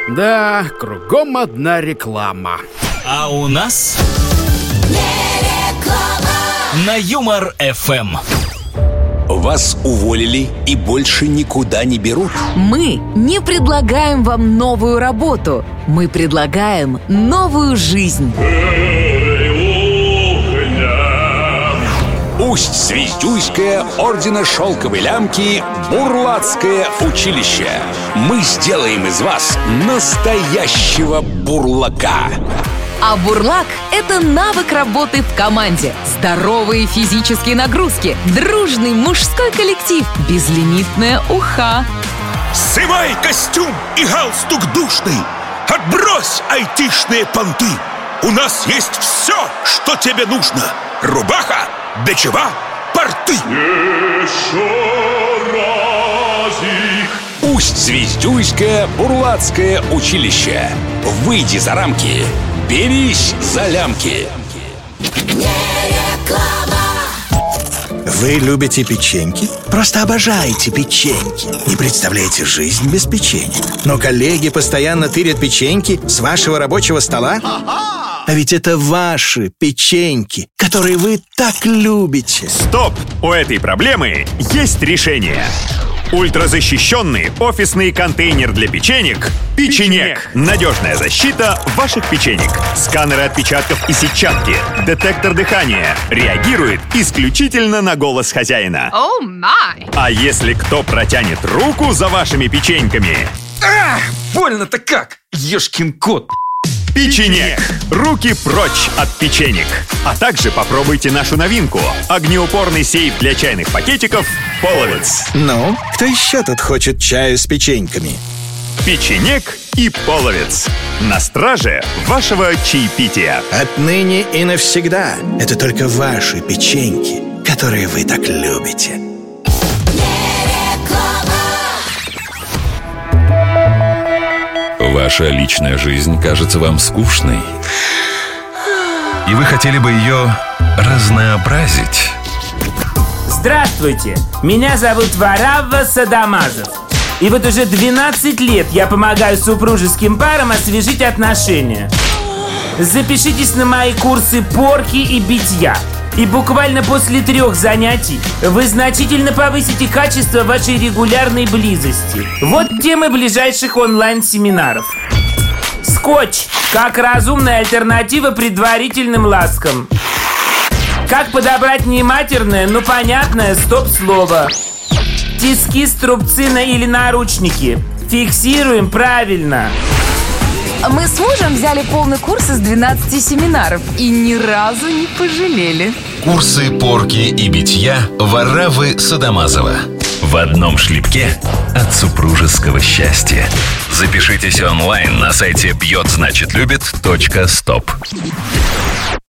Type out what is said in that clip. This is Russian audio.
Да, кругом одна реклама. А у нас на Юмор ФМ. Вас уволили и больше никуда не берут? Мы не предлагаем вам новую работу. Мы предлагаем новую жизнь. Усть-Свиздюйское ордена Шелковой Лямки Бурлацкое училище. Мы сделаем из вас настоящего бурлака. А бурлак – это навык работы в команде. Здоровые физические нагрузки, дружный мужской коллектив, безлимитная уха. Сымай костюм и галстук душный. Отбрось айтишные понты. У нас есть все, что тебе нужно. Рубаха, бичева, порты. Усть-Свиздюйское Бурлацкое училище. Выйди за рамки, берись за лямки. Вы любите печеньки? Просто обожаете печеньки. Не представляете жизнь без печенья. Но коллеги постоянно тырят печеньки с вашего рабочего стола? А ведь это ваши печеньки, которые вы так любите. Стоп! У этой проблемы есть решение. Ультразащищенный офисный контейнер для печенек «Печенек». Надежная защита ваших печенек. Сканеры отпечатков и сетчатки. Детектор дыхания. Реагирует исключительно на голос хозяина. Oh my. А если кто протянет руку за вашими печеньками? Больно-то как, ешкин кот. Печенек. Руки прочь от печенек. А также попробуйте нашу новинку – огнеупорный сейф для чайных пакетиков «Половец». Ну, кто еще тут хочет чаю с печеньками? Печенек и половец. На страже вашего чаепития. Отныне и навсегда. Это только ваши печеньки, которые вы так любите. Ваша личная жизнь кажется вам скучной, и вы хотели бы ее разнообразить. Здравствуйте, меня зовут Варава Садамазов. И вот уже 12 лет я помогаю супружеским парам освежить отношения. Запишитесь на мои курсы порки и битья. И буквально после 3 занятий вы значительно повысите качество вашей регулярной близости. Вот темы ближайших онлайн-семинаров. Скотч. Как разумная альтернатива предварительным ласкам. Как подобрать нематерное, но понятное стоп-слово. Тиски, струбцина или наручники. Фиксируем правильно. Мы с мужем взяли полный курс из 12 семинаров и ни разу не пожалели. Курсы порки и битья Варавы Садамазова. В одном шлепке от супружеского счастья. Запишитесь онлайн на сайте bьет-значит-любит.стоп.